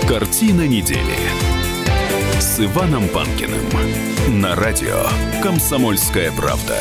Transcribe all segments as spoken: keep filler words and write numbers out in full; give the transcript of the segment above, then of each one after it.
Картина недели с Иваном Панкиным на радио «Комсомольская правда».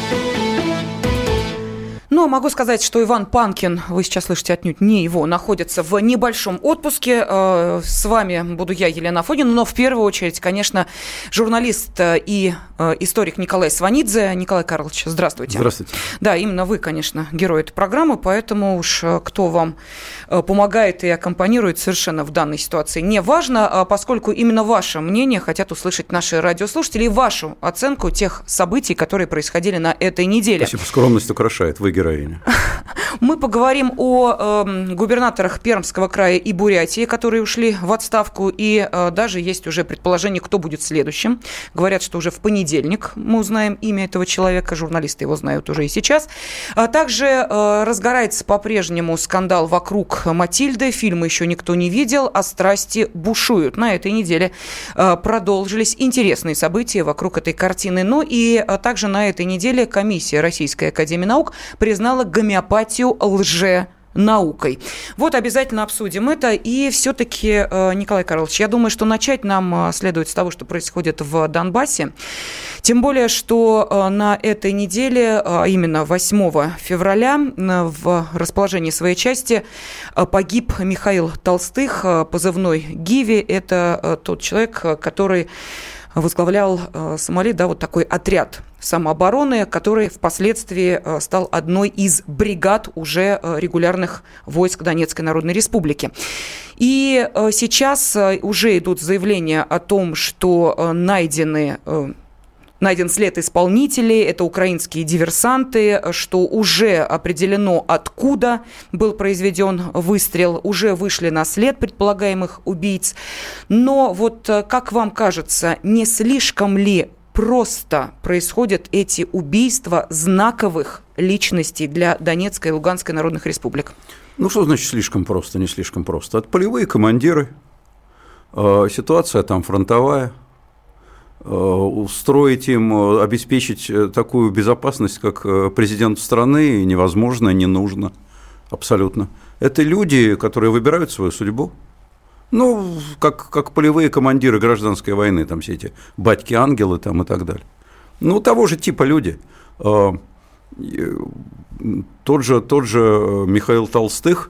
Ну, могу сказать, что Иван Панкин, вы сейчас слышите отнюдь не его, находится в небольшом отпуске. С вами буду я, Елена Афонина, но в первую очередь, конечно, журналист и историк Николай Сванидзе. Николай Карлович, здравствуйте. Здравствуйте. Да, именно вы, конечно, герой этой программы, поэтому уж кто вам помогает и аккомпанирует, совершенно в данной ситуации не важно, поскольку именно ваше мнение хотят услышать наши радиослушатели и вашу оценку тех событий, которые происходили на этой неделе. Спасибо, скромность украшает, вы героиня. Мы поговорим о э, губернаторах Пермского края и Бурятии, которые ушли в отставку, и э, даже есть уже предположение, кто будет следующим. Говорят, что уже в понедельник мы узнаем имя этого человека, журналисты его знают уже и сейчас. А также э, разгорается по-прежнему скандал вокруг Матильды, фильма еще никто не видел, а страсти бушуют. На этой неделе э, продолжились интересные события вокруг этой картины. Ну и э, также на этой неделе комиссия Российской академии наук признала гомеопатию лженаукой. Вот обязательно обсудим это. И все-таки, Николай Карлович, я думаю, что начать нам следует с того, что происходит в Донбассе. Тем более, что на этой неделе, а именно восьмого февраля, в расположении своей части погиб Михаил Толстых, позывной Гиви. Это тот человек, который возглавлял Сомали, да, вот такой отряд самообороны, который впоследствии стал одной из бригад уже регулярных войск Донецкой Народной Республики. И сейчас уже идут заявления о том, что найдены... Найден след исполнителей, это украинские диверсанты, что уже определено, откуда был произведен выстрел, уже вышли на след предполагаемых убийц. Но вот как вам кажется, не слишком ли просто происходят эти убийства знаковых личностей для Донецкой и Луганской народных республик? Ну, что значит слишком просто, не слишком просто? Это полевые командиры, ситуация там фронтовая. Устроить им, обеспечить такую безопасность, как президент страны, невозможно, не нужно. Абсолютно. Это люди, которые выбирают свою судьбу. Ну, как, как полевые командиры гражданской войны, там все эти батьки-ангелы там, и так далее. Ну, того же типа люди. Тот же, тот же Михаил Толстых,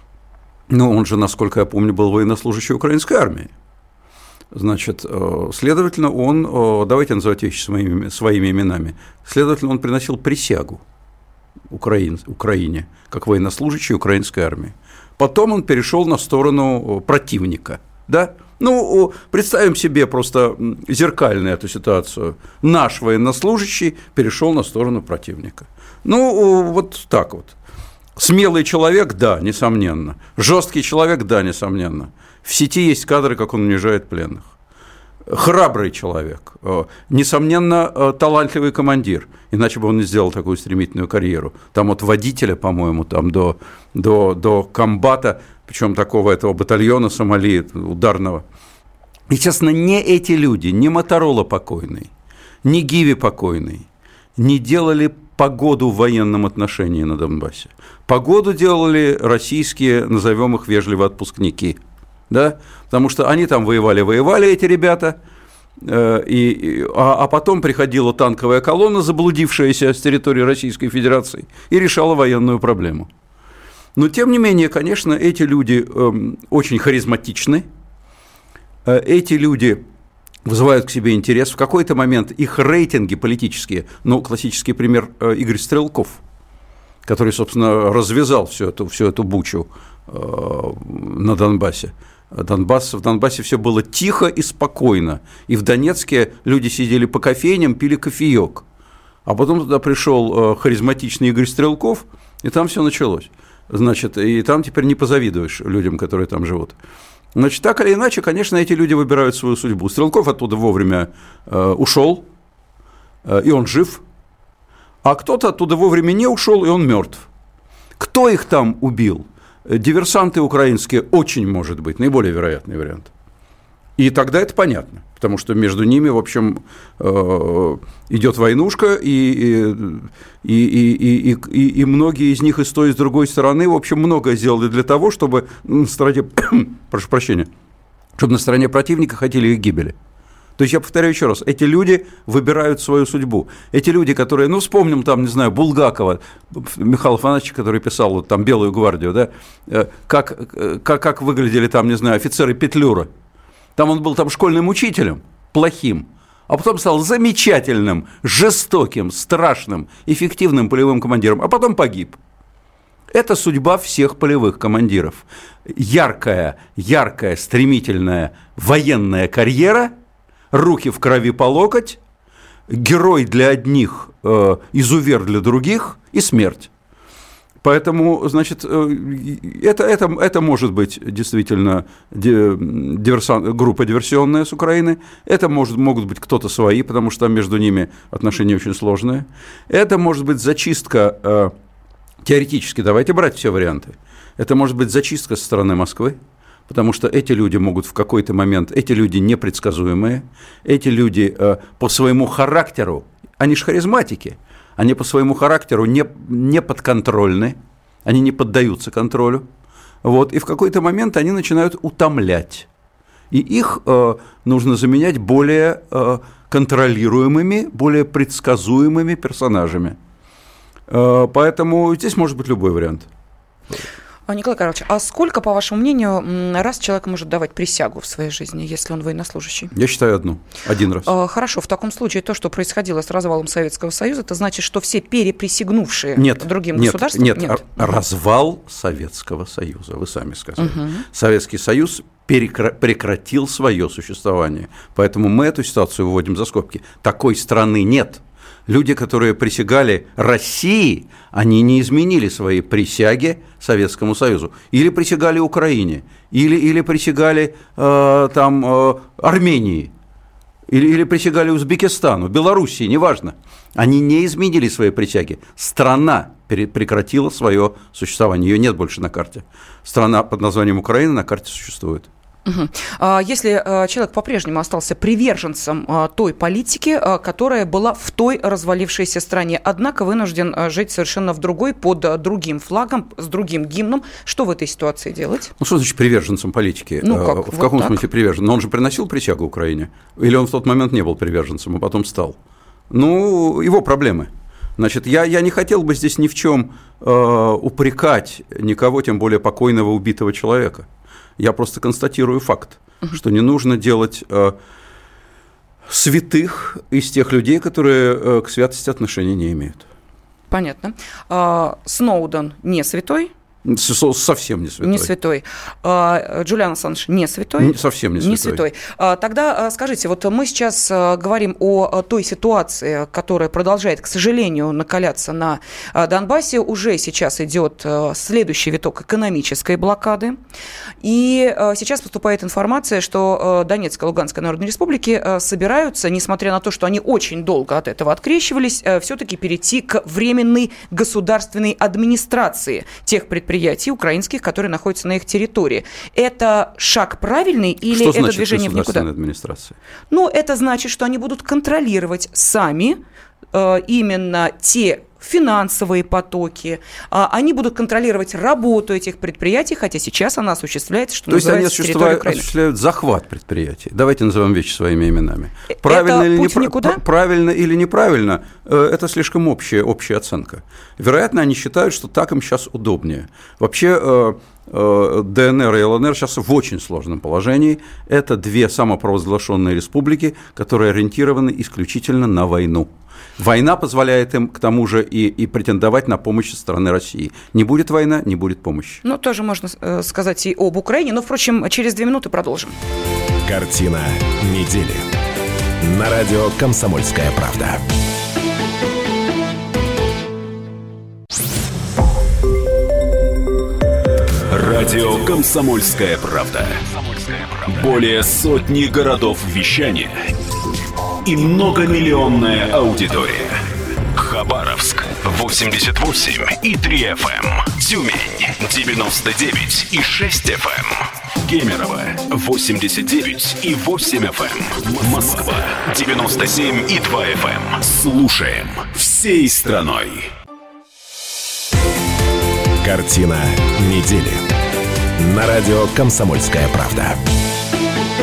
ну, он же, насколько я помню, был военнослужащий украинской армии. Значит, следовательно, он, давайте называть вещи своими, своими именами, следовательно, он приносил присягу Украин, Украине, как военнослужащий украинской армии. Потом он перешел на сторону противника, да? Ну, представим себе просто зеркально эту ситуацию. Наш военнослужащий перешел на сторону противника. Ну, вот так вот. Смелый человек, да, несомненно. Жесткий человек, да, несомненно. В сети есть кадры, как он унижает пленных. Храбрый человек, несомненно, талантливый командир, иначе бы он не сделал такую стремительную карьеру. Там от водителя, по-моему, там до, до, до комбата, причем такого этого батальона Сомали, ударного. И, честно, не эти люди, ни Моторола покойный, ни Гиви покойный не делали погоду в военном отношении на Донбассе. Погоду делали российские, назовем их вежливо, отпускники. Да? Потому что они там воевали-воевали, эти ребята, э, и, а, а потом приходила танковая колонна, заблудившаяся с территории Российской Федерации, и решала военную проблему. Но, тем не менее, конечно, эти люди э, очень харизматичны, э, эти люди вызывают к себе интерес. В какой-то момент их рейтинги политические, ну, классический пример э, Игорь Стрелков, который, собственно, развязал всю эту, всю эту бучу э, на Донбассе. Донбасс, в Донбассе все было тихо и спокойно, и в Донецке люди сидели по кофейням, пили кофеек, а потом туда пришел харизматичный Игорь Стрелков, и там все началось, значит, и там теперь не позавидуешь людям, которые там живут. Значит, так или иначе, конечно, эти люди выбирают свою судьбу. Стрелков оттуда вовремя э, ушел, э, и он жив, а кто-то оттуда вовремя не ушел, и он мертв. Кто их там убил? Диверсанты украинские, очень может быть, наиболее вероятный вариант. И тогда это понятно, потому что между ними, в общем, идет войнушка, и, и, и, и, и, и многие из них и с той, и с другой стороны, в общем, многое сделали для того, чтобы на стороне, прошу прощения, чтобы на стороне противника хотели их гибели. То есть, я повторяю еще раз, эти люди выбирают свою судьбу. Эти люди, которые, ну, вспомним там, не знаю, Булгакова, Михаила Афанасьевича, который писал вот там «Белую гвардию», да, как, как, как выглядели там, не знаю, офицеры Петлюры. Там он был там школьным учителем, плохим, а потом стал замечательным, жестоким, страшным, эффективным полевым командиром, а потом погиб. Это судьба всех полевых командиров. Яркая, яркая, стремительная военная карьера, руки в крови по локоть, герой для одних, э, изувер для других и смерть. Поэтому, значит, это, это, это может быть действительно диверсан, группа диверсионная с Украины, это может, могут быть кто-то свои, потому что там между ними отношения очень сложные, это может быть зачистка, э, теоретически, давайте брать все варианты, это может быть зачистка со стороны Москвы, потому что эти люди могут в какой-то момент, эти люди непредсказуемые, эти люди э, по своему характеру, они же харизматики, они по своему характеру не, не подконтрольны, они не поддаются контролю, вот, и в какой-то момент они начинают утомлять. И их э, нужно заменять более э, контролируемыми, более предсказуемыми персонажами. Э, поэтому здесь может быть любой вариант. Николай Карлович, а сколько, по вашему мнению, раз человек может давать присягу в своей жизни, если он военнослужащий? Я считаю одну, один раз. Хорошо, в таком случае то, что происходило с развалом Советского Союза, это значит, что все переприсягнувшие нет, другим нет, государствам... Нет, нет, развал Советского Союза, вы сами сказали. Угу. Советский Союз прекратил свое существование, поэтому мы эту ситуацию выводим за скобки. Такой страны нет. Люди, которые присягали России, они не изменили свои присяги Советскому Союзу. Или присягали Украине, или, или присягали э, там, э, Армении, или, или присягали Узбекистану, Белоруссии, неважно. Они не изменили свои присяги. Страна прекратила свое существование. Ее нет больше на карте. Страна под названием Украина на карте существует. Угу. Если человек по-прежнему остался приверженцем той политики, которая была в той развалившейся стране, однако вынужден жить совершенно в другой, под другим флагом, с другим гимном, что в этой ситуации делать? Ну, что значит приверженцем политики? Ну, как? В Вот каком так. смысле привержен? Но он же приносил присягу Украине? Или он в тот момент не был приверженцем, а потом стал? Ну, его проблемы. Значит, я, я не хотел бы здесь ни в чем э, упрекать никого, тем более покойного убитого человека. Я просто констатирую факт, uh-huh. что не нужно делать э, святых из тех людей, которые э, к святости отношения не имеют. Понятно. А, Сноуден не святой? Совсем не святой. Не святой. Джулиан Ассанж не святой? Совсем не святой. Не святой. Тогда скажите, вот мы сейчас говорим о той ситуации, которая продолжает, к сожалению, накаляться на Донбассе. Уже сейчас идет следующий виток экономической блокады. И сейчас поступает информация, что Донецкая и Луганская народные республики собираются, несмотря на то, что они очень долго от этого открещивались, все-таки перейти к временной государственной администрации тех предприятий, украинских, которые находятся на их территории. Это шаг правильный или что это движение в никуда? Что значит администрация? Ну, это значит, что они будут контролировать сами э, именно те финансовые потоки, а они будут контролировать работу этих предприятий, хотя сейчас она осуществляется, что То называется, есть они осуществляют, осуществляют захват предприятий. Давайте назовем вещи своими именами. Правильно это или, путь не, никуда? правильно или неправильно, это слишком общая, общая оценка. Вероятно, они считают, что так им сейчас удобнее. Вообще ДНР и ЛНР сейчас в очень сложном положении. Это две самопровозглашенные республики, которые ориентированы исключительно на войну. Война позволяет им, к тому же, и, и претендовать на помощь со стороны России. Не будет война, не будет помощи. Ну, тоже можно э, сказать и об Украине, но, впрочем, через две минуты продолжим. Картина недели. На радио «Комсомольская правда». Радио «Комсомольская правда». Более сотни городов вещания и многомиллионная аудитория. Хабаровск восемьдесят восемь и три эф эм, Тюмень девяносто девять и шесть эф эм, Кемерово восемьдесят девять и восемь эф эм, Москва девяносто семь и два эф эм. Слушаем всей страной. Картина недели. На радио «Комсомольская правда».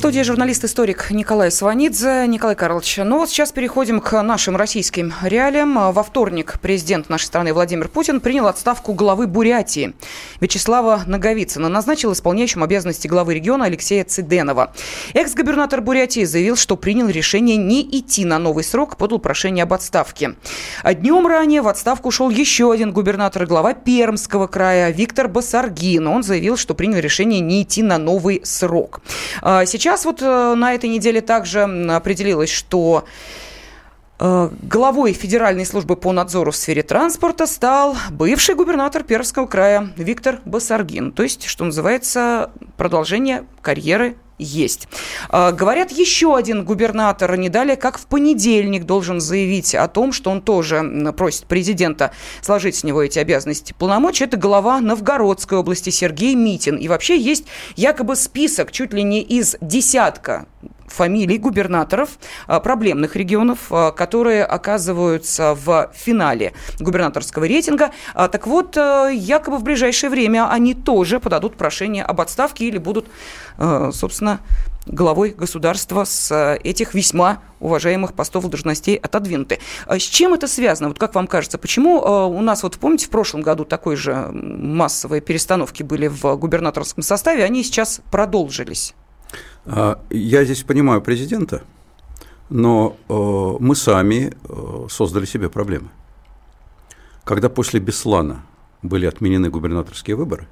студии журналист-историк Николай Сванидзе. Николай Карлович, ну вот сейчас переходим к нашим российским реалиям. Во вторник президент нашей страны Владимир Путин принял отставку главы Бурятии Вячеслава Наговицына, назначил исполняющим обязанности главы региона Алексея Цыденова. Экс-губернатор Бурятии заявил, что принял решение не идти на новый срок, подал прошение об отставке. А днем ранее в отставку ушел еще один губернатор, глава Пермского края Виктор Басаргин. Он заявил, что принял решение не идти на новый срок. Сейчас вот на этой неделе также определилось, что главой Федеральной службы по надзору в сфере транспорта стал бывший губернатор Пермского края Виктор Басаргин. То есть, что называется, продолжение карьеры есть. Говорят, еще один губернатор не далее, как в понедельник, должен заявить о том, что он тоже просит президента сложить с него эти обязанности полномочий. Это глава Новгородской области Сергей Митин. И вообще есть якобы список чуть ли не из десятка фамилий губернаторов проблемных регионов, которые оказываются в финале губернаторского рейтинга. Так вот, якобы в ближайшее время они тоже подадут прошение об отставке или будут, собственно, главой государства с этих весьма уважаемых постов и должностей отодвинуты. С чем это связано? Вот как вам кажется, почему у нас, вот помните, в прошлом году такой же массовые перестановки были в губернаторском составе, они сейчас продолжились? Я здесь понимаю президента, но мы сами создали себе проблемы. Когда после Беслана были отменены губернаторские выборы,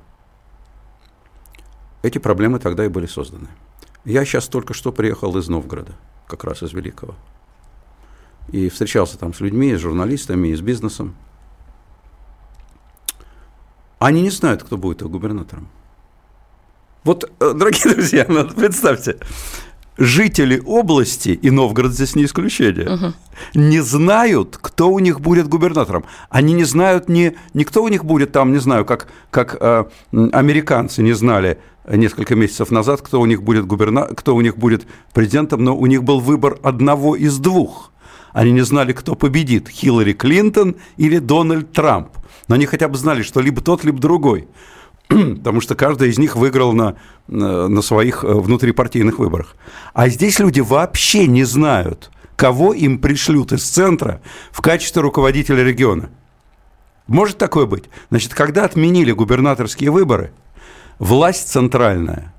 эти проблемы тогда и были созданы. Я сейчас только что приехал из Новгорода, как раз из Великого, и встречался там с людьми, с журналистами, и с бизнесом. Они не знают, кто будет их губернатором. Вот, дорогие друзья, ну, представьте, жители области, и Новгород здесь не исключение, uh-huh. не знают, кто у них будет губернатором. Они не знают, ни, ни кто у них будет там, не знаю, как, как э, американцы не знали несколько месяцев назад, кто у них будет губерна... кто у них будет президентом, но у них был выбор одного из двух. Они не знали, кто победит, Хиллари Клинтон или Дональд Трамп. Но они хотя бы знали, что либо тот, либо другой. Потому что каждый из них выиграл на, на своих внутрипартийных выборах. А здесь люди вообще не знают, кого им пришлют из центра в качестве руководителя региона. Может такое быть? Значит, когда отменили губернаторские выборы, власть центральная,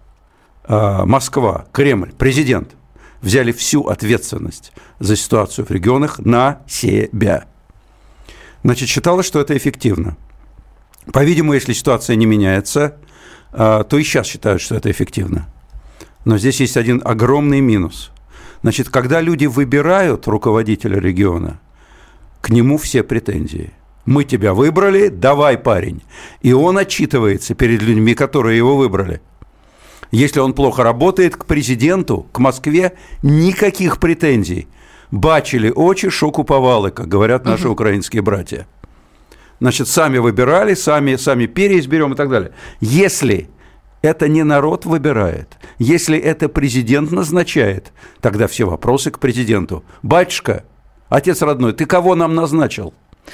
Москва, Кремль, президент взяли всю ответственность за ситуацию в регионах на себя. Значит, считалось, что это эффективно. По-видимому, если ситуация не меняется, то и сейчас считают, что это эффективно. Но здесь есть один огромный минус. Значит, когда люди выбирают руководителя региона, к нему все претензии. Мы тебя выбрали, давай, парень. И он отчитывается перед людьми, которые его выбрали. Если он плохо работает, к президенту, к Москве никаких претензий. Бачили очи, шоку повалы, как говорят наши угу. украинские братья. Значит, сами выбирали, сами, сами переизберем и так далее. Если это не народ выбирает, если это президент назначает, тогда все вопросы к президенту. Батюшка, отец родной, ты кого нам назначил?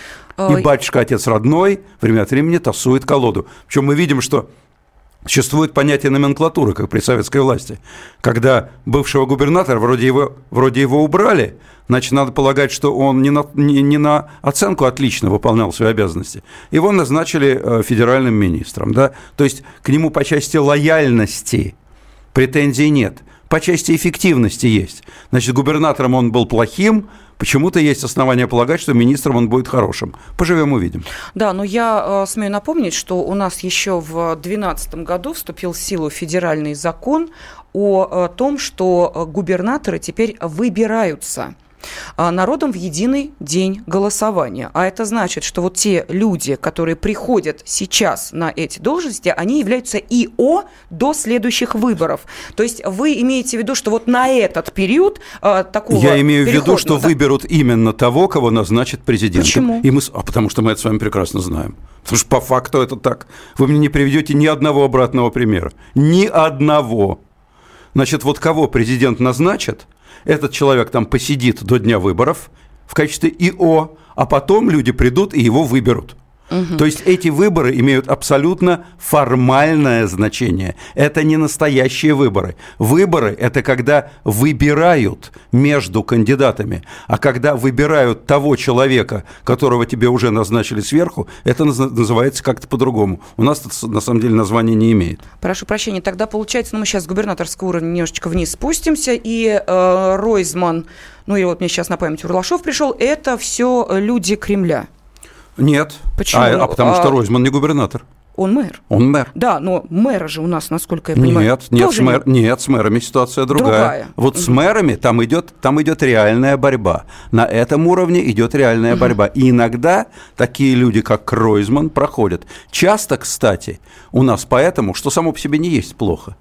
И батюшка, отец родной, время от времени тасует колоду. Причем мы видим, что существует понятие номенклатуры, как при советской власти. Когда бывшего губернатора, вроде его, вроде его убрали, значит, надо полагать, что он не на, не, не на оценку отлично выполнял свои обязанности. Его назначили федеральным министром. Да? То есть к нему по части лояльности претензий нет. По части эффективности есть. Значит, губернатором он был плохим, почему-то есть основания полагать, что министром он будет хорошим. Поживем, увидим. Да, но я э, смею напомнить, что у нас еще в две тысячи двенадцатом году вступил в силу федеральный закон о, о том, что губернаторы теперь выбираются народом в единый день голосования. А это значит, что вот те люди, которые приходят сейчас на эти должности, они являются ИО до следующих выборов. То есть вы имеете в виду, что вот на этот период а, такого Я имею в виду, что да? выберут именно того, кого назначит президент. Почему? И мы, а потому что мы это с вами прекрасно знаем. Потому что по факту это так. Вы мне не приведете ни одного обратного примера. Ни одного. Значит, вот кого президент назначит, этот человек там посидит до дня выборов в качестве ИО, а потом люди придут и его выберут. Угу. То есть эти выборы имеют абсолютно формальное значение. Это не настоящие выборы. Выборы – это когда выбирают между кандидатами. А когда выбирают того человека, которого тебе уже назначили сверху, это называется как-то по-другому. У нас это, на самом деле, название не имеет. Прошу прощения. Тогда получается, ну, мы сейчас с губернаторского уровня немножечко вниз спустимся, и э, Ройзман, ну и вот мне сейчас на память Урлашов пришел, это все люди Кремля. Нет. Почему? А, а потому что а... Ройзман не губернатор. Он мэр. Он мэр. Да, но мэра же у нас, насколько я понимаю, нет, нет, с мэр, нет, с мэрами ситуация другая. другая. Вот угу. с мэрами там идет, там идет реальная борьба. На этом уровне идет реальная угу. борьба. И иногда такие люди, как Ройзман, проходят. Часто, кстати, у нас поэтому, что само по себе не есть плохо.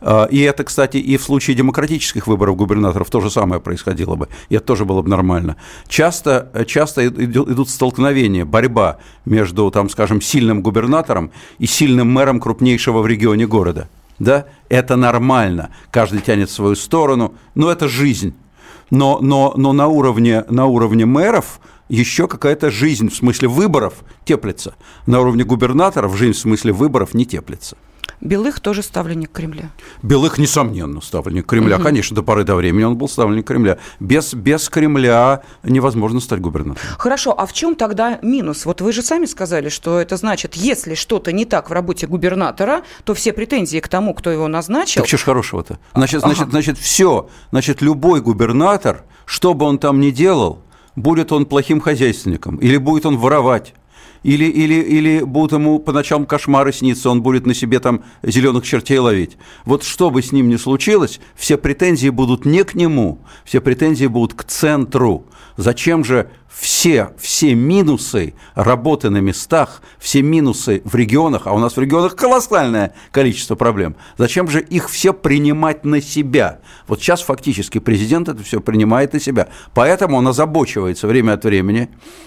И это, кстати, и в случае демократических выборов губернаторов то же самое происходило бы. И это тоже было бы нормально. Часто, часто идут столкновения, борьба между, там, скажем, сильным губернатором и сильным мэром крупнейшего в регионе города. Да? Это нормально. Каждый тянет в свою сторону. Но это жизнь. Но, но, но на уровне, на уровне мэров еще какая-то жизнь в смысле выборов теплится. На уровне губернаторов жизнь в смысле выборов не теплится. Белых тоже ставленник Кремля. Белых, несомненно, ставленник Кремля. Угу. Конечно, до поры до времени он был ставленник Кремля. Без, без Кремля невозможно стать губернатором. Хорошо, а в чем тогда минус? Вот вы же сами сказали, что это значит, если что-то не так в работе губернатора, то все претензии к тому, кто его назначил... Так что ж хорошего-то? Значит, ага. значит, значит, все. Значит, любой губернатор, что бы он там ни делал, будет он плохим хозяйственником или будет он воровать. Или, или, или будут ему по ночам кошмары сниться, он будет на себе там зеленых чертей ловить. Вот что бы с ним ни случилось, все претензии будут не к нему, все претензии будут к центру. Зачем же все, все минусы работы на местах, все минусы в регионах, а у нас в регионах колоссальное количество проблем, зачем же их все принимать на себя? Вот сейчас фактически президент это все принимает на себя. Поэтому он озабочивается время от времени,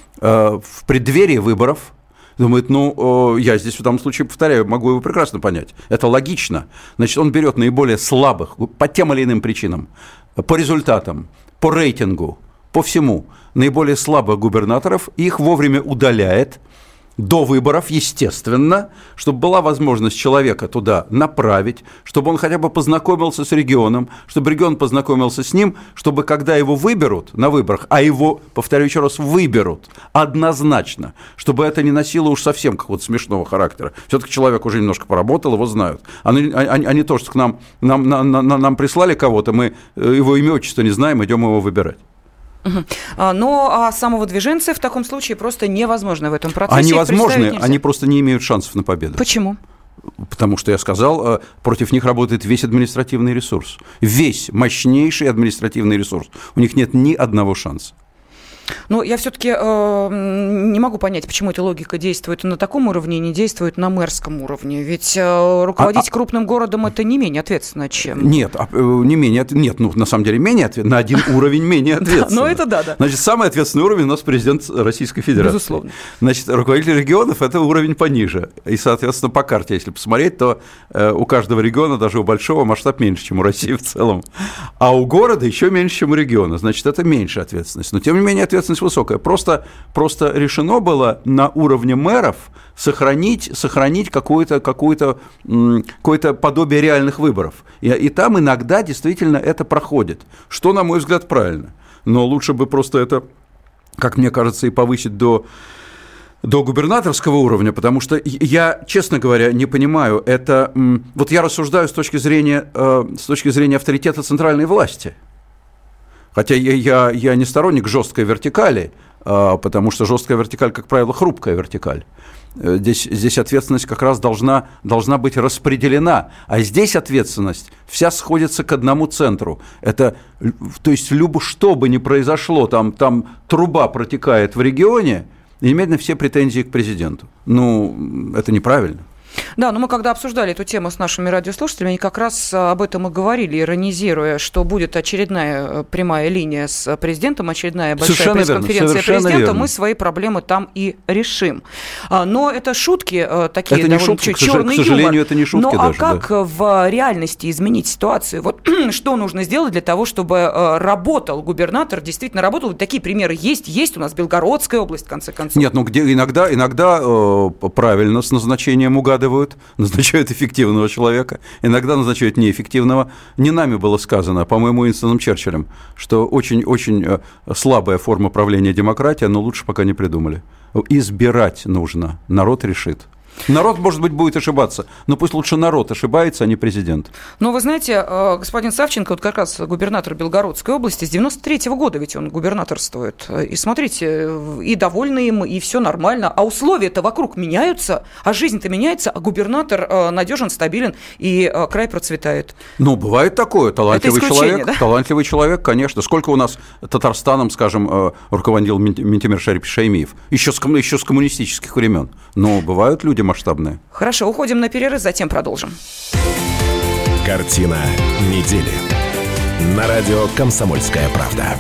в преддверии выборов, думает, ну, я здесь в данном случае, повторяю, могу его прекрасно понять, это логично. Значит, он берет наиболее слабых, по тем или иным причинам, по результатам, по рейтингу, по всему, наиболее слабых губернаторов, их вовремя удаляет, до выборов, естественно, чтобы была возможность человека туда направить, чтобы он хотя бы познакомился с регионом, чтобы регион познакомился с ним, чтобы когда его выберут на выборах, а его, повторю еще раз, выберут однозначно, чтобы это не носило уж совсем какого-то смешного характера. Все-таки человек уже немножко поработал, его знают. А не, а, а не то, что к нам, нам, на, на, нам прислали кого-то, мы его имя, отчество не знаем, идем его выбирать. Угу. Но а самовыдвиженцы в таком случае просто невозможно в этом процессе. Они возможны, они просто не имеют шансов на победу. Почему? Потому что, я сказал, против них работает весь административный ресурс. Весь мощнейший административный ресурс. У них нет ни одного шанса. Ну, я все-таки э, не могу понять, почему эта логика действует на таком уровне и не действует на мэрском уровне. Ведь э, руководить а, крупным городом – это не менее ответственно, чем… Нет, не менее, нет, ну, на самом деле, менее ответственно, на один уровень менее ответственно. Ну, это да, да. Значит, самый ответственный уровень у нас президент Российской Федерации. Безусловно. Значит, руководитель регионов – это уровень пониже. И, соответственно, по карте, если посмотреть, то у каждого региона, даже у большого, масштаб меньше, чем у России в целом. А у города еще меньше, чем у региона. Значит, это меньше ответственность. Но, тем не менее, ответственность высокая. Просто, просто решено было на уровне мэров сохранить, сохранить какое-то, какое-то, какое-то подобие реальных выборов. И, и там иногда действительно это проходит, что, на мой взгляд, правильно. Но лучше бы просто это, как мне кажется, и повысить до, до губернаторского уровня, потому что я, честно говоря, не понимаю, это… Вот я рассуждаю с точки зрения, с точки зрения авторитета центральной власти. Хотя я, я, я не сторонник жесткой вертикали, потому что жесткая вертикаль, как правило, хрупкая вертикаль. Здесь, здесь ответственность как раз должна, должна быть распределена, а здесь ответственность вся сходится к одному центру. Это, то есть, любо, что бы ни произошло, там, там труба протекает в регионе, немедленно все претензии к президенту. Ну, это неправильно. Да, но мы когда обсуждали эту тему с нашими радиослушателями, они как раз об этом и говорили, иронизируя, что будет очередная прямая линия с президентом, очередная большая пресс-конференция президента, верно. Мы свои проблемы там и решим. Но это шутки такие, это довольно шутки, черный к сожалению, юмор. Это не шутки ну даже, а как да. в реальности изменить ситуацию? Вот что нужно сделать для того, чтобы работал губернатор, действительно работал? Такие примеры есть, есть у нас Белгородская область, в конце концов. Нет, ну где иногда, иногда э, правильно с назначением угадывают, назначают эффективного человека, иногда назначают неэффективного. Не нами было сказано, по-моему, Уинстоном Черчиллем, что очень-очень слабая форма правления демократия, но лучше пока не придумали. Избирать нужно, народ решит. Народ, может быть, будет ошибаться, но пусть лучше народ ошибается, а не президент. Но вы знаете, господин Савченко, вот как раз губернатор Белгородской области, с девяносто третьего года ведь он губернаторствует. И смотрите, и довольны им, и все нормально. А условия-то вокруг меняются, а жизнь-то меняется, а губернатор надежен, стабилен, и край процветает. Ну, бывает такое. Талантливый человек, да? талантливый человек, конечно. Сколько у нас Татарстаном, скажем, руководил Ментимир Шаимиев? Еще с, еще с коммунистических времен. Но бывают люди масштабные. Хорошо, уходим на перерыв, затем продолжим. Картина недели. На радио «Комсомольская правда».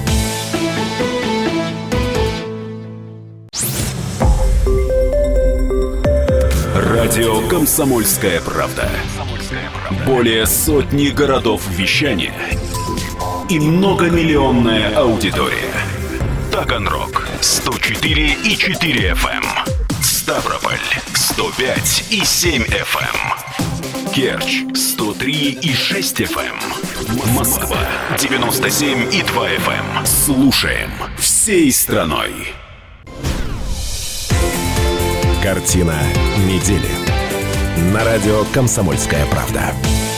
Радио «Комсомольская правда». Более сотни городов вещания и многомиллионная аудитория. Таганрог сто четыре и четыре эф эм. Ставрополь сто пять и семь эф эм. Керчь сто три и шесть эф эм. Москва девяносто семь и два эф эм. Слушаем всей страной. Картина недели. На радио «Комсомольская правда».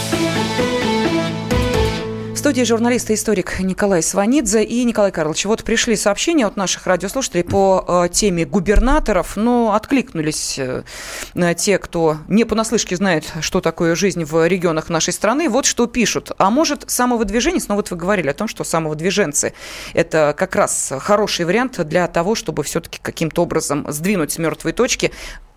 В студии журналист и историк Николай Сванидзе и Николай Карлович. Вот пришли сообщения от наших радиослушателей по э, теме губернаторов, но откликнулись э, те, кто не понаслышке знает, что такое жизнь в регионах нашей страны. Вот что пишут. А может, самовыдвиженец? Ну вот вы говорили о том, что самовыдвиженцы – это как раз хороший вариант для того, чтобы все-таки каким-то образом сдвинуть с мертвой точки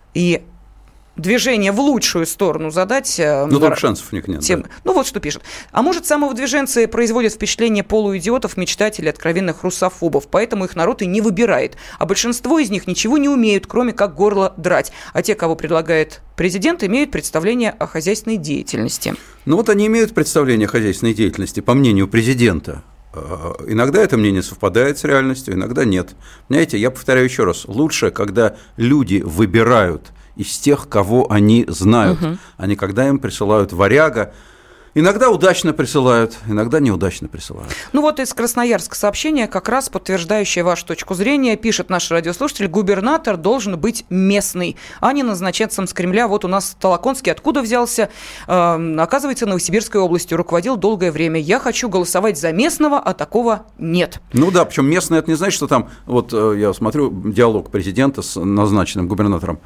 и движение в лучшую сторону задать. Ну, только шансов у них нет. Тем... Да. Ну, вот что пишет. А может, самовыдвиженцы производят впечатление полуидиотов, мечтателей, откровенных русофобов, поэтому их народ и не выбирает. А большинство из них ничего не умеют, кроме как горло драть. А те, кого предлагает президент, имеют представление о хозяйственной деятельности. Ну, вот они имеют представление о хозяйственной деятельности, по мнению президента. Иногда это мнение совпадает с реальностью, иногда нет. Понимаете, я повторяю еще раз. Лучше, когда люди выбирают из тех, кого они знают, угу. а не когда им присылают варяга. Иногда удачно присылают, иногда неудачно присылают. Ну вот из Красноярска сообщение, как раз подтверждающее вашу точку зрения, пишет наш радиослушатель: губернатор должен быть местный, а не назначаться с Кремля. Вот у нас Толоконский откуда взялся? Э, оказывается, Новосибирской областью руководил долгое время. Я хочу голосовать за местного, а такого нет. Ну да, причем местный, это не значит, что там, вот я смотрю диалог президента с назначенным губернатором.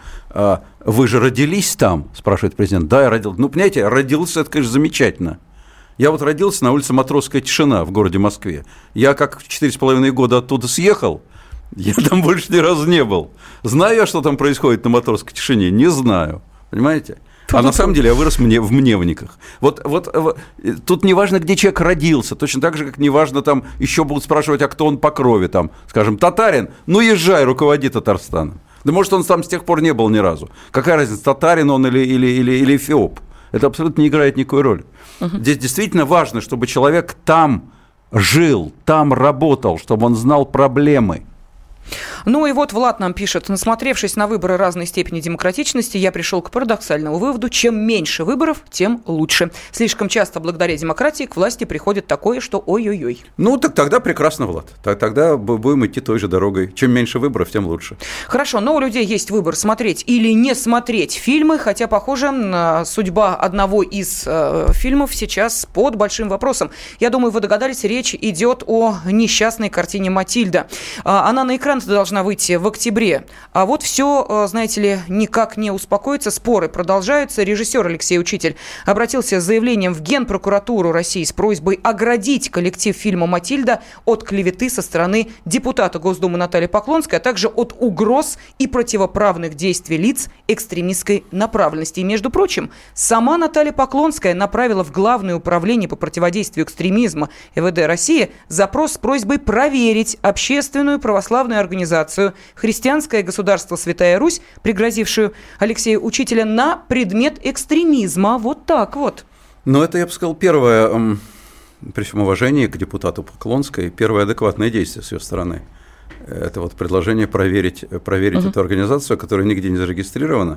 Вы же родились там, спрашивает президент. Да, я родился. Ну, понимаете, родился, это, конечно, замечательно. Я вот родился на улице Матросская тишина в городе Москве. Я как четыре с половиной года оттуда съехал, я там больше ни разу не был. Знаю я, что там происходит на Матросской тишине? Не знаю. Понимаете? А на самом деле я вырос в Мневниках. Вот, вот, вот тут не важно, где человек родился, точно так же, как не важно, там еще будут спрашивать, а кто он по крови, там, скажем, татарин, ну езжай, руководи Татарстаном. Да может, он там с тех пор не был ни разу. Какая разница, татарин он или, или, или, или эфиоп? Это абсолютно не играет никакой роли. Uh-huh. Здесь действительно важно, чтобы человек там жил, там работал, чтобы он знал проблемы. Ну и вот Влад нам пишет: насмотревшись на выборы разной степени демократичности, я пришел к парадоксальному выводу: чем меньше выборов, тем лучше. Слишком часто благодаря демократии к власти приходит такое, что ой-ой-ой. Ну так тогда прекрасно, Влад. Тогда будем идти той же дорогой. Чем меньше выборов, тем лучше. Хорошо, но у людей есть выбор: смотреть или не смотреть фильмы, хотя, похоже, судьба одного из э, фильмов сейчас под большим вопросом. Я думаю, вы догадались, речь идет о несчастной картине «Матильда». Она на экран должна должна выйти в октябре. А вот все, знаете ли, никак не успокоится, споры продолжаются. Режиссер Алексей Учитель обратился с заявлением в Генпрокуратуру России с просьбой оградить коллектив фильма «Матильда» от клеветы со стороны депутата Госдумы Натальи Поклонской, а также от угроз и противоправных действий лиц экстремистской направленности. И, между прочим, сама Наталья Поклонская направила в Главное управление по противодействию экстремизма эм вэ дэ России запрос с просьбой проверить общественную православную организацию «Христианское государство Святая Русь», пригрозившую Алексею Учителя, на предмет экстремизма. Вот так вот. Ну, это, я бы сказал, первое, при всем уважении к депутату Поклонской, первое адекватное действие с ее стороны. Это вот предложение проверить, проверить uh-huh. эту организацию, которая нигде не зарегистрирована,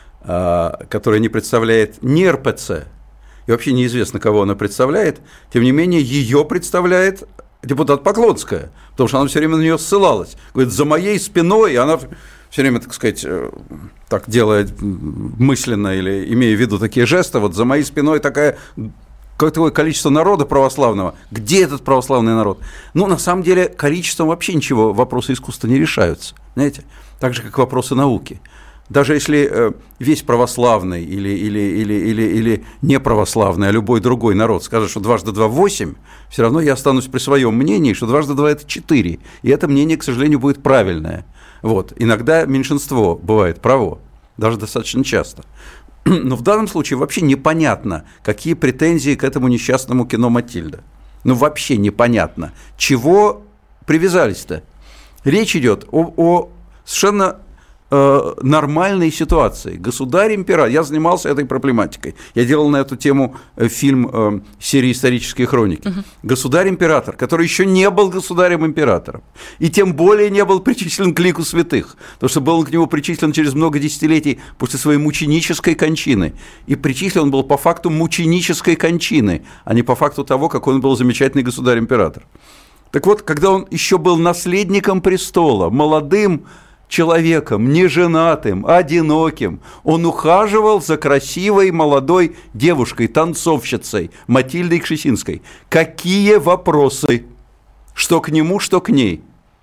которая не представляет ни эр пэ цэ, и вообще неизвестно, кого она представляет, тем не менее, ее представляет депутат Поклонская, потому что она все время на нее ссылалась. Говорит, за моей спиной, и она все время, так сказать, так делает мысленно или имея в виду такие жесты, вот за моей спиной такая... Какое количество народа православного? Где этот православный народ? Ну, на самом деле, количеством вообще ничего вопросы искусства не решаются, знаете, так же, как вопросы науки. Даже если весь православный или, или, или, или, или неправославный, а любой другой народ скажет, что дважды два – восемь, все равно я останусь при своем мнении, что дважды два – это четыре. И это мнение, к сожалению, будет правильное. Вот. Иногда меньшинство бывает право, даже достаточно часто. Но в данном случае вообще непонятно, какие претензии к этому несчастному кино «Матильда». Ну, вообще непонятно. Чего привязались-то? Речь идет о, о совершенно э, нормальной ситуации. Государь-император. Я занимался этой проблематикой. Я делал на эту тему фильм э, серии «Исторические хроники». Uh-huh. Государь-император, который еще не был государем-императором, и тем более не был причислен к лику святых, потому что был он к нему причислен через много десятилетий после своей мученической кончины. И причислен он был по факту мученической кончины, а не по факту того, какой он был замечательный государь-император. Так вот, когда он еще был наследником престола, молодым человеком, неженатым, одиноким, он ухаживал за красивой молодой девушкой, танцовщицей Матильдой Кшесинской. Какие вопросы? Что к нему, что к ней.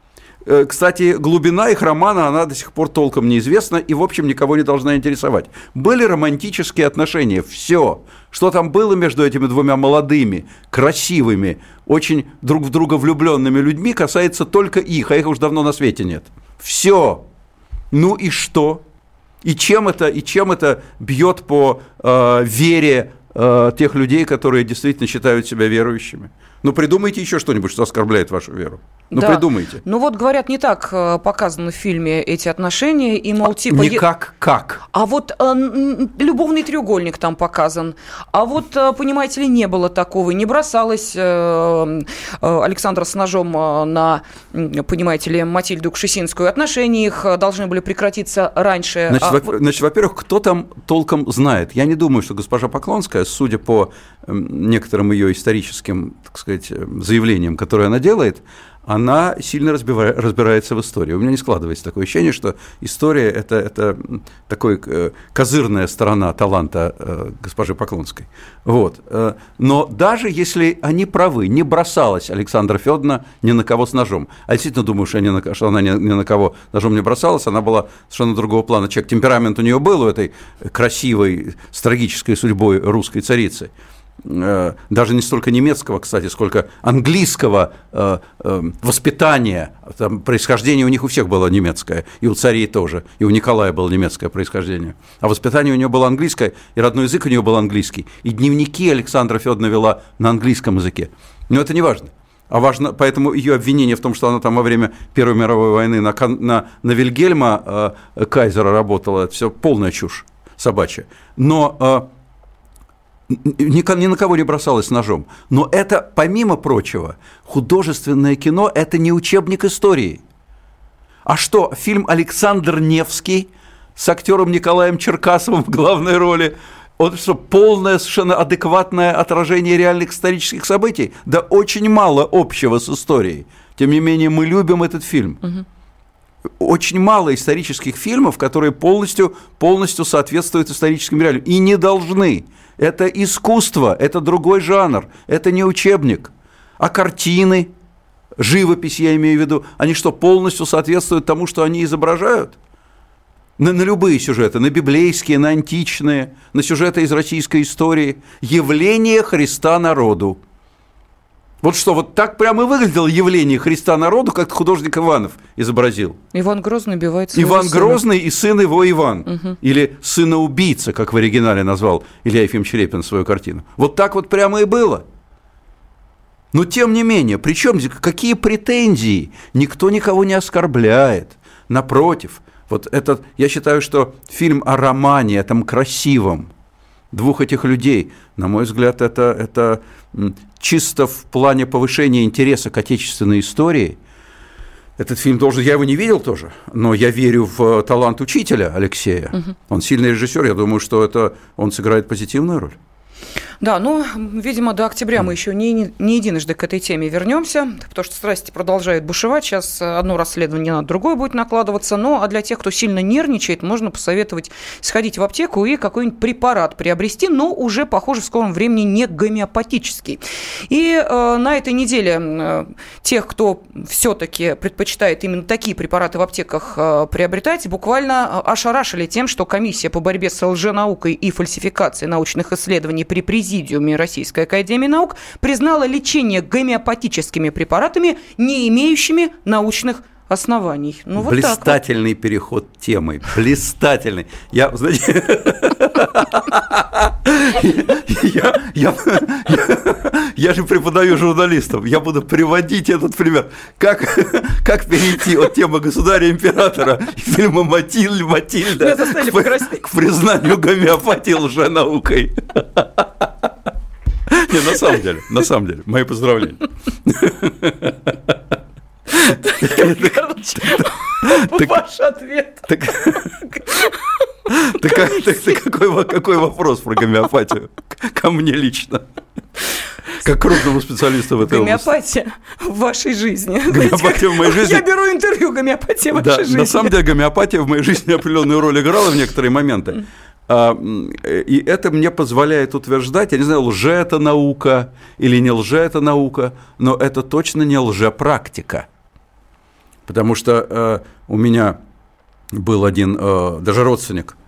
Кстати, глубина их романа, она до сих пор толком неизвестна и, в общем, никого не должна интересовать. Были романтические отношения, все. Что там было между этими двумя молодыми, красивыми, очень друг в друга влюбленными людьми, касается только их, а их уж давно на свете нет. Все. Ну и что? И чем это, и чем это бьет по э, вере э, тех людей, которые действительно считают себя верующими? Ну, придумайте еще что-нибудь, что оскорбляет вашу веру. Ну, да. Придумайте. Ну, вот, говорят, не так показаны в фильме эти отношения, и, мол, типа... Не как, как? А вот э, любовный треугольник там показан. А вот, понимаете ли, не было такого. Не бросалась э, э, Александра с ножом на, понимаете ли, Матильду Кшесинскую. Отношения их должны были прекратиться раньше. Значит, а... во- значит, во-первых, кто там толком знает? Я не думаю, что госпожа Поклонская, судя по некоторым ее историческим, так сказать, заявлениям, которые она делает, она сильно разбирается в истории. У меня не складывается такое ощущение, что история – это, это такая козырная сторона таланта госпожи Поклонской. Вот. Но даже если они правы, не бросалась Александра Федоровна ни на кого с ножом. А я действительно думаю, что, на, что она ни, ни на кого ножом не бросалась, она была совершенно другого плана человек. Темперамент у нее был, у этой красивой, с трагической судьбой русской царицы. Даже не столько немецкого, кстати, сколько английского э, э, воспитания. Там происхождение у них у всех было немецкое, и у царей тоже, и у Николая было немецкое происхождение. А воспитание у нее было английское, и родной язык у нее был английский. И дневники Александра Федоровна вела на английском языке. Но это не важно. А важно, поэтому ее обвинение в том, что она там во время Первой мировой войны на, на, на Вильгельма э, Кайзера работала, это все полная чушь собачья. Но... Э, Ни, ни на кого не бросалась ножом. Но это, помимо прочего, художественное кино – это не учебник истории. А что, фильм «Александр Невский» с актером Николаем Черкасовым в главной роли, он что, полное, совершенно адекватное отражение реальных исторических событий? Да очень мало общего с историей. Тем не менее, мы любим этот фильм. Угу. Очень мало исторических фильмов, которые полностью, полностью соответствуют историческим реалиям. И не должны. Это искусство, это другой жанр, это не учебник. А картины, живопись, я имею в виду, они что, полностью соответствуют тому, что они изображают? На, на любые сюжеты, на библейские, на античные, на сюжеты из российской истории. Явление Христа народу. Вот что, вот так прямо и выглядело явление Христа народу, как художник Иванов изобразил. Иван Грозный убивает своего Иван сына. Грозный и сын его Иван. Угу. Или сына-убийца, как в оригинале назвал Илья Ефимович Репин свою картину. Вот так вот прямо и было. Но тем не менее, причем какие претензии? Никто никого не оскорбляет. Напротив, вот этот, я считаю, что фильм о романе, этом красивом, двух этих людей, на мой взгляд, это, это чисто в плане повышения интереса к отечественной истории. Этот фильм должен, я его не видел тоже, но я верю в талант учителя Алексея. Угу. Он сильный режиссер, я думаю, что это он сыграет позитивную роль. Да, ну, видимо, до октября мы еще не, не единожды к этой теме вернемся, потому что страсти продолжают бушевать. Сейчас одно расследование на другое будет накладываться. Ну, а для тех, кто сильно нервничает, можно посоветовать сходить в аптеку и какой-нибудь препарат приобрести, но уже, похоже, в скором времени не гомеопатический. И э, на этой неделе э, тех, кто все-таки предпочитает именно такие препараты в аптеках э, приобретать, буквально ошарашили тем, что комиссия по борьбе с лженаукой и фальсификацией научных исследований при Президиуме Российской академии наук признала лечение гомеопатическими препаратами, не имеющими научных оснований. Ну, вот блистательный вот. Переход темы. Блистательный. Я, знаете, я, я, я, я же преподаю журналистам. Я буду приводить этот пример. Как, как перейти от темы государя-императора и фильма «Матильда» Матильда к, к признанию гомеопатии лженаукой. Не, на самом деле, на самом деле, мои поздравления. Ваш ответ. Какой вопрос про гомеопатию ко мне лично? Как крупному специалисту в этой области. Гомеопатия в вашей жизни. Гомеопатия в моей жизни. Я беру интервью, гомеопатия в вашей да, жизни. На самом деле гомеопатия в моей жизни определенную роль играла в некоторые моменты. И это мне позволяет утверждать, я не знаю, лже это наука или не лже это наука, но это точно не лжепрактика. Потому что у меня был один, даже родственник,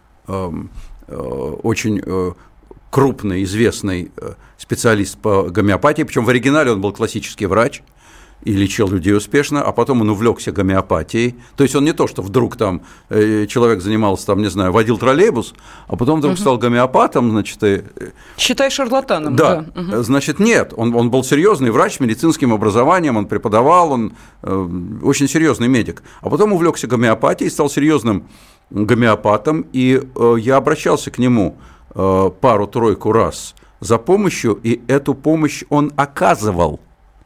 очень крупный, известный специалист по гомеопатии, причем в оригинале он был классический врач и лечил людей успешно, а потом он увлекся гомеопатией. То есть он не то, что вдруг там человек занимался, там, не знаю, водил троллейбус, а потом вдруг угу. стал гомеопатом, значит, и... Считай шарлатаном. Да, да. Угу. Значит, нет, он, он был серьезный врач с медицинским образованием, он преподавал, он э, очень серьезный медик, а потом увлекся гомеопатией, стал серьезным гомеопатом, и э, я обращался к нему э, пару-тройку раз за помощью, и эту помощь он оказывал.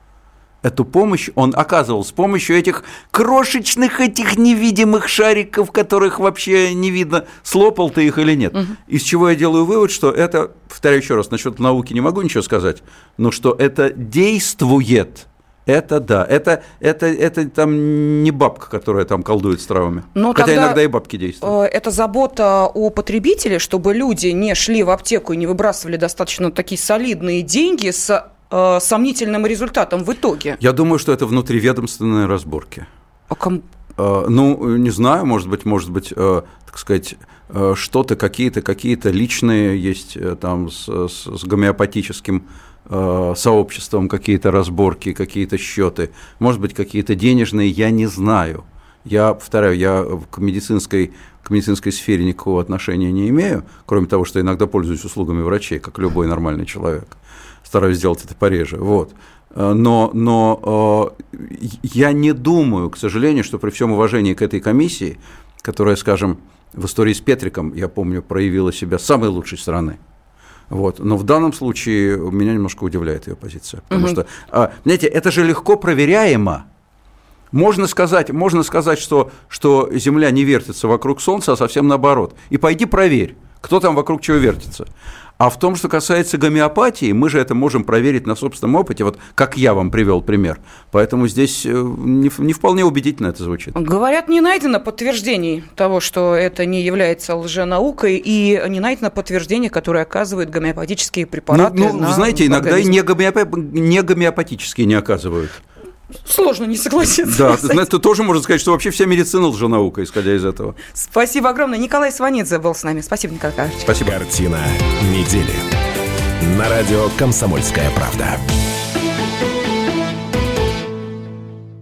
Эту помощь он оказывал с помощью этих крошечных, этих невидимых шариков, которых вообще не видно, слопал ты их или нет. Угу. Из чего я делаю вывод, что это, повторяю еще раз, насчет науки не могу ничего сказать, но что это действует. Это да, это, это, это там не бабка, которая там колдует с травами. Но хотя иногда и бабки действуют. Это забота о потребителе, чтобы люди не шли в аптеку и не выбрасывали достаточно такие солидные деньги с сомнительным результатом в итоге. Я думаю, что это внутриведомственные разборки. А ком... Ну, не знаю, может быть, может быть, так сказать, что-то, какие-то, какие-то личные есть там с, с, с гомеопатическим сообществом, какие-то разборки, какие-то счеты, может быть, какие-то денежные, я не знаю. Я повторяю, я к медицинской, к медицинской сфере никакого отношения не имею, кроме того, что иногда пользуюсь услугами врачей, как любой нормальный человек. Стараюсь сделать это пореже. Вот. Но, но я не думаю, к сожалению, что при всем уважении к этой комиссии, которая, скажем, в истории с Петриком, я помню, проявила себя с самой лучшей стороны. Вот. Но в данном случае меня немножко удивляет ее позиция. Потому угу. что, знаете, это же легко проверяемо. Можно сказать, можно сказать что, что Земля не вертится вокруг Солнца, а совсем наоборот. И пойди проверь, кто там вокруг чего вертится. А в том, что касается гомеопатии, мы же это можем проверить на собственном опыте, вот как я вам привел пример. Поэтому здесь не, не вполне убедительно это звучит. Говорят, не найдено подтверждений того, что это не является лженаукой, и не найдено подтверждение, которое оказывают гомеопатические препараты. Ну, ну на знаете, иногда и организм. не, гомеоп... не гомеопатические не оказывают. Сложно не согласиться. Да, это тоже можно сказать, что вообще вся медицина лженаука, исходя из этого. Спасибо огромное. Николай Сванидзе был с нами. Спасибо, Николай Николаевич. Спасибо. Картина недели. На радио «Комсомольская правда».